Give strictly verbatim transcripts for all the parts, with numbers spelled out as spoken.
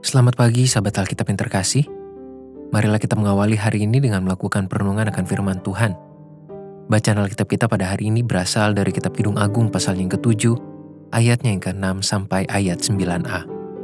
Selamat pagi sahabat Alkitab yang terkasih. Marilah kita mengawali hari ini dengan melakukan perenungan akan firman Tuhan. Bacaan Alkitab kita pada hari ini berasal dari kitab Kidung Agung pasal yang ketujuh, ayatnya yang keenam sampai ayat sembilan a.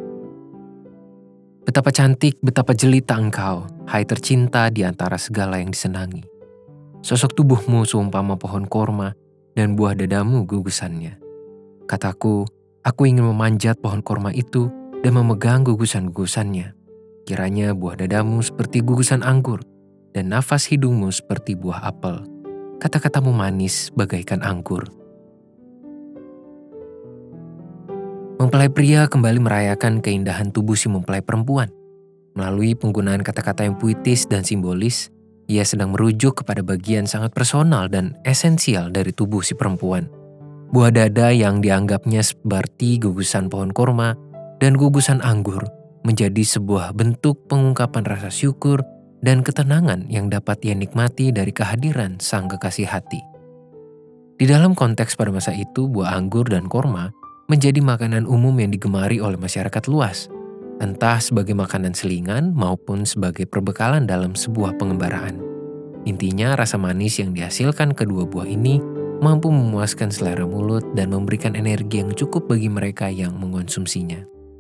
Betapa cantik, betapa jelita engkau, hai tercinta di antara segala yang disenangi. Sosok tubuhmu seumpama pohon korma, dan buah dadamu gugusannya. Kataku, aku ingin memanjat pohon korma itu, dan memegang gugusan-gugusannya. Kiranya buah dadamu seperti gugusan anggur, dan nafas hidungmu seperti buah apel. Kata-katamu manis bagaikan anggur. Mempelai pria kembali merayakan keindahan tubuh si mempelai perempuan. Melalui penggunaan kata-kata yang puitis dan simbolis, ia sedang merujuk kepada bagian sangat personal dan esensial dari tubuh si perempuan. Buah dada yang dianggapnya seperti gugusan pohon korma dan gugusan anggur menjadi sebuah bentuk pengungkapan rasa syukur dan ketenangan yang dapat ia nikmati dari kehadiran sang kekasih hati. Di dalam konteks pada masa itu, buah anggur dan korma menjadi makanan umum yang digemari oleh masyarakat luas, entah sebagai makanan selingan maupun sebagai perbekalan dalam sebuah pengembaraan. Intinya, rasa manis yang dihasilkan kedua buah ini mampu memuaskan selera mulut dan memberikan energi yang cukup bagi mereka yang mengonsumsinya.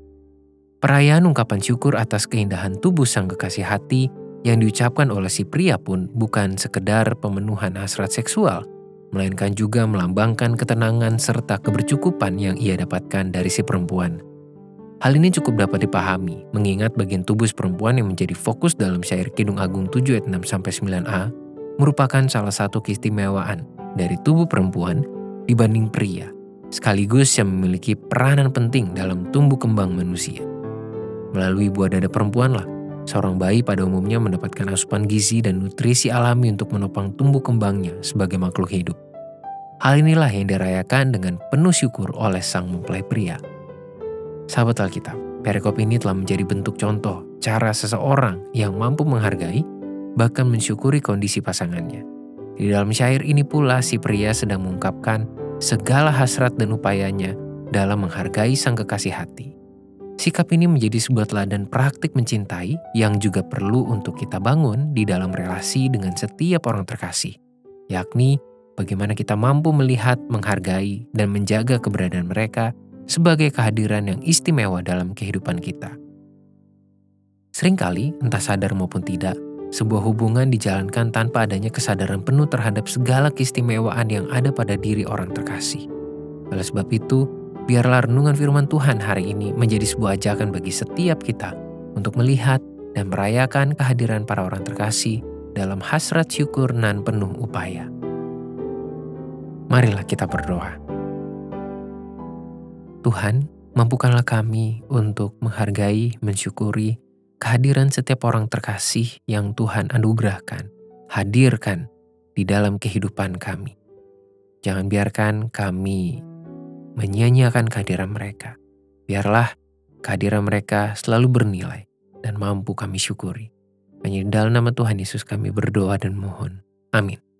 Perayaan ungkapan syukur atas keindahan tubuh sang kekasih hati yang diucapkan oleh si pria pun bukan sekedar pemenuhan hasrat seksual, melainkan juga melambangkan ketenangan serta kebercukupan yang ia dapatkan dari si perempuan. Hal ini cukup dapat dipahami, mengingat bagian tubuh si perempuan yang menjadi fokus dalam syair Kidung Agung tujuh ayat enam sampai sembilan a merupakan salah satu keistimewaan dari tubuh perempuan dibanding pria, sekaligus yang memiliki peranan penting dalam tumbuh kembang manusia. Melalui buah dada perempuanlah, seorang bayi pada umumnya mendapatkan asupan gizi dan nutrisi alami untuk menopang tumbuh kembangnya sebagai makhluk hidup. Hal inilah yang dirayakan dengan penuh syukur oleh sang mempelai pria. Sahabat Alkitab, perikop ini telah menjadi bentuk contoh cara seseorang yang mampu menghargai, bahkan mensyukuri kondisi pasangannya. Di dalam syair ini pula si pria sedang mengungkapkan segala hasrat dan upayanya dalam menghargai sang kekasih hati. Sikap ini menjadi sebuah teladan praktik mencintai yang juga perlu untuk kita bangun di dalam relasi dengan setiap orang terkasih, yakni bagaimana kita mampu melihat, menghargai, dan menjaga keberadaan mereka sebagai kehadiran yang istimewa dalam kehidupan kita. Seringkali, entah sadar maupun tidak, sebuah hubungan dijalankan tanpa adanya kesadaran penuh terhadap segala keistimewaan yang ada pada diri orang terkasih. Oleh sebab itu, biarlah renungan firman Tuhan hari ini menjadi sebuah ajakan bagi setiap kita untuk melihat dan merayakan kehadiran para orang terkasih dalam hasrat syukur nan penuh upaya. Marilah kita berdoa. Tuhan, mampukanlah kami untuk menghargai, mensyukuri kehadiran setiap orang terkasih yang Tuhan anugerahkan, hadirkan di dalam kehidupan kami. Jangan biarkan kami menyia-nyiakan kehadiran mereka. Biarlah kehadiran mereka selalu bernilai dan mampu kami syukuri. Hanya di dalam nama Tuhan Yesus kami berdoa dan mohon. Amin.